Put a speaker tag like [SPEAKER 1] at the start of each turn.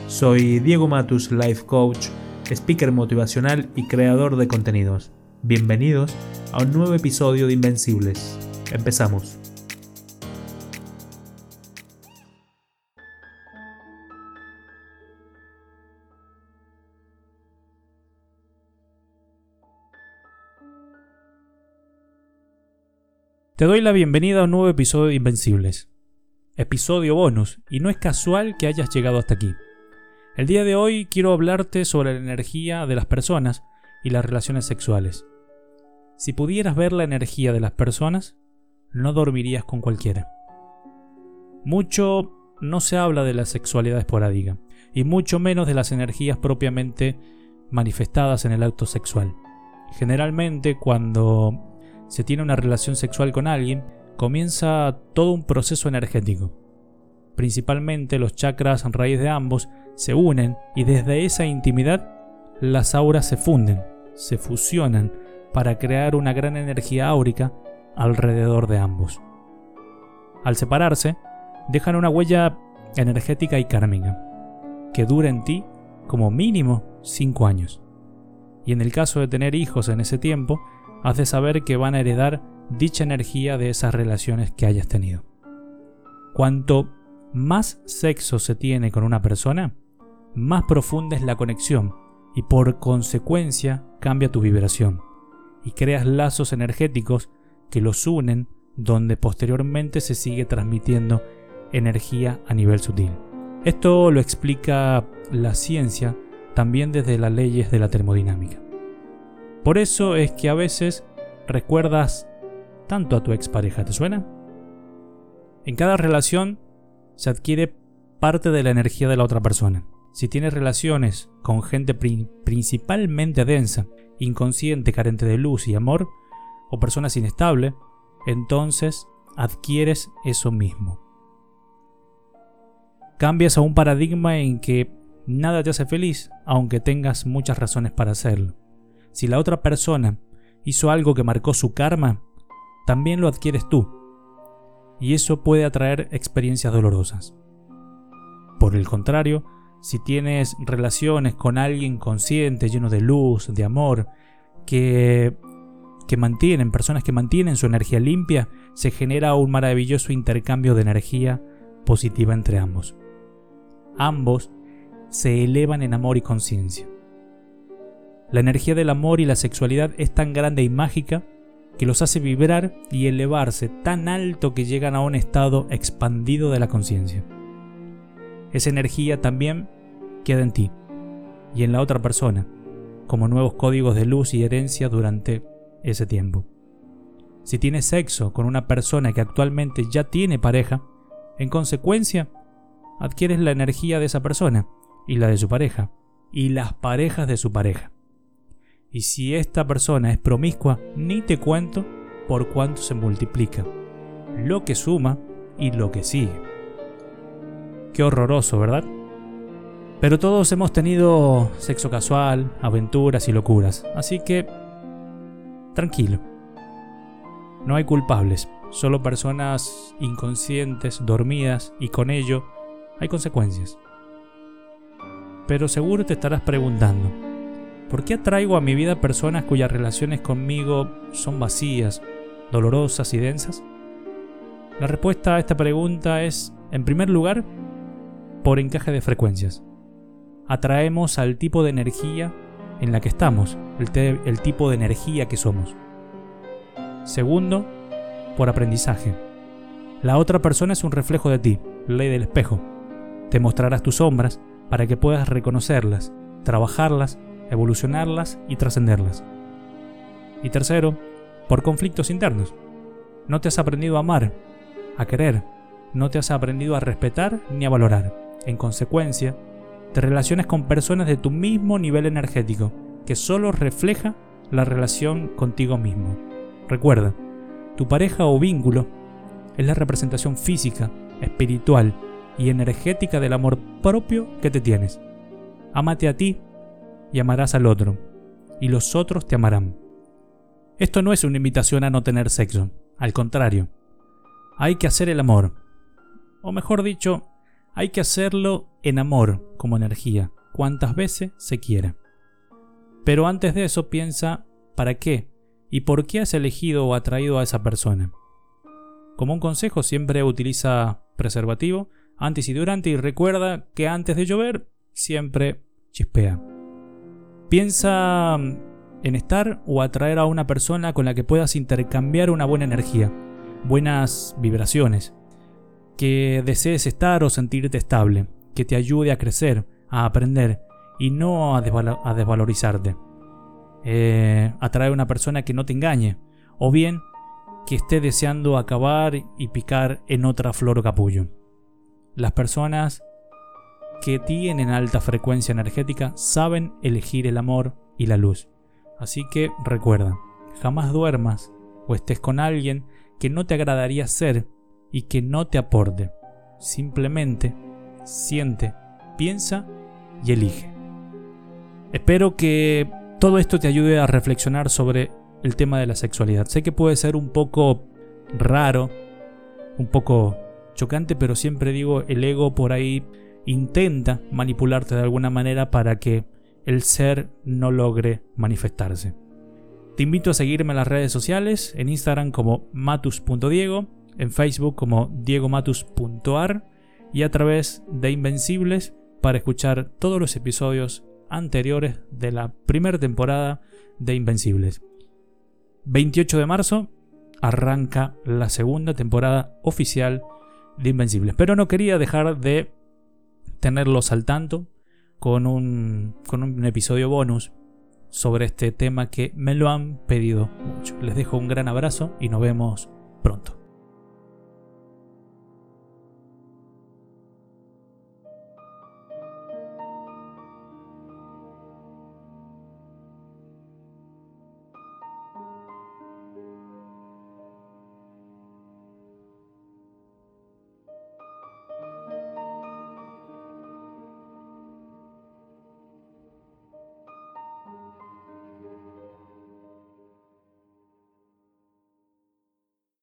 [SPEAKER 1] Soy Diego Matus, Life Coach, speaker motivacional y creador de contenidos. Bienvenidos a un nuevo episodio de Invencibles. Empezamos. Te doy la bienvenida a un nuevo episodio de Invencibles. Episodio bonus, y no es casual que hayas llegado hasta aquí. El día de hoy quiero hablarte sobre la energía de las personas y las relaciones sexuales. Si pudieras ver la energía de las personas, no dormirías con cualquiera. Mucho no se habla de la sexualidad esporádica, y mucho menos de las energías propiamente manifestadas en el acto sexual. Generalmente, cuando se tiene una relación sexual con alguien, comienza todo un proceso energético. Principalmente los chakras raíz de ambos se unen y desde esa intimidad las auras se funden, se fusionan para crear una gran energía áurica alrededor de ambos. Al separarse, dejan una huella energética y kármica que dura en ti como mínimo 5 años. Y en el caso de tener hijos en ese tiempo, has de saber que van a heredar dicha energía de esas relaciones que hayas tenido. Cuanto más sexo se tiene con una persona, más profunda es la conexión y por consecuencia cambia tu vibración y creas lazos energéticos que los unen, donde posteriormente se sigue transmitiendo energía a nivel sutil. Esto lo explica la ciencia también desde las leyes de la termodinámica. Por eso es que a veces recuerdas tanto a tu expareja, ¿te suena? En cada relación se adquiere parte de la energía de la otra persona. Si tienes relaciones con gente principalmente densa, inconsciente, carente de luz y amor, o personas inestables, entonces adquieres eso mismo. Cambias a un paradigma en que nada te hace feliz, aunque tengas muchas razones para hacerlo. Si la otra persona hizo algo que marcó su karma, también lo adquieres tú. Y eso puede atraer experiencias dolorosas. Por el contrario, si tienes relaciones con alguien consciente, lleno de luz, de amor, personas que mantienen su energía limpia, se genera un maravilloso intercambio de energía positiva entre ambos. Ambos se elevan en amor y conciencia. La energía del amor y la sexualidad es tan grande y mágica que los hace vibrar y elevarse tan alto que llegan a un estado expandido de la conciencia. Esa energía también queda en ti y en la otra persona, como nuevos códigos de luz y herencia durante ese tiempo. Si tienes sexo con una persona que actualmente ya tiene pareja, en consecuencia, adquieres la energía de esa persona y la de su pareja y las parejas de su pareja. Y si esta persona es promiscua, ni te cuento por cuánto se multiplica, lo que suma y lo que sigue. Qué horroroso, ¿verdad? Pero todos hemos tenido sexo casual, aventuras y locuras, así que tranquilo. No hay culpables, solo personas inconscientes, dormidas, y con ello hay consecuencias. Pero seguro te estarás preguntando, ¿por qué atraigo a mi vida personas cuyas relaciones conmigo son vacías, dolorosas y densas? La respuesta a esta pregunta es, en primer lugar, por encaje de frecuencias. Atraemos al tipo de energía en la que estamos, el tipo de energía que somos. Segundo, por aprendizaje. La otra persona es un reflejo de ti, ley del espejo. Te mostrarás tus sombras para que puedas reconocerlas, trabajarlas, evolucionarlas y trascenderlas. Y tercero, por conflictos internos. No te has aprendido a amar, a querer, no te has aprendido a respetar ni a valorar. En consecuencia, te relacionas con personas de tu mismo nivel energético, que solo refleja la relación contigo mismo. Recuerda, tu pareja o vínculo es la representación física, espiritual y energética del amor propio que te tienes. Ámate a ti y amarás al otro, y los otros te amarán. Esto no es una invitación a no tener sexo, al contrario. Hay que hacer el amor, o mejor dicho, hay que hacerlo en amor como energía, cuantas veces se quiera. Pero antes de eso piensa ¿para qué? ¿Y por qué has elegido o atraído a esa persona? Como un consejo, siempre utiliza preservativo, antes y durante, y recuerda que antes de llover siempre chispea. Piensa en estar o atraer a una persona con la que puedas intercambiar una buena energía, buenas vibraciones, que desees estar o sentirte estable, que te ayude a crecer, a aprender y no a desvalorizarte. Atrae a una persona que no te engañe, o bien que esté deseando acabar y picar en otra flor o capullo. Las personas que tienen alta frecuencia energética saben elegir el amor y la luz. Así que recuerda, jamás duermas o estés con alguien que no te agradaría ser y que no te aporte. Simplemente siente, piensa y elige. Espero que todo esto te ayude a reflexionar sobre el tema de la sexualidad. Sé que puede ser un poco raro, un poco chocante, pero siempre digo, el ego por ahí intenta manipularte de alguna manera para que el ser no logre manifestarse. Te invito a seguirme en las redes sociales, en Instagram como matus.diego, en Facebook como diegomatus.ar y a través de Invencibles para escuchar todos los episodios anteriores de la primera temporada de Invencibles. 28 de marzo arranca la segunda temporada oficial de Invencibles, pero no quería dejar de tenerlos al tanto con un episodio bonus sobre este tema que me lo han pedido mucho. Les dejo un gran abrazo y nos vemos pronto.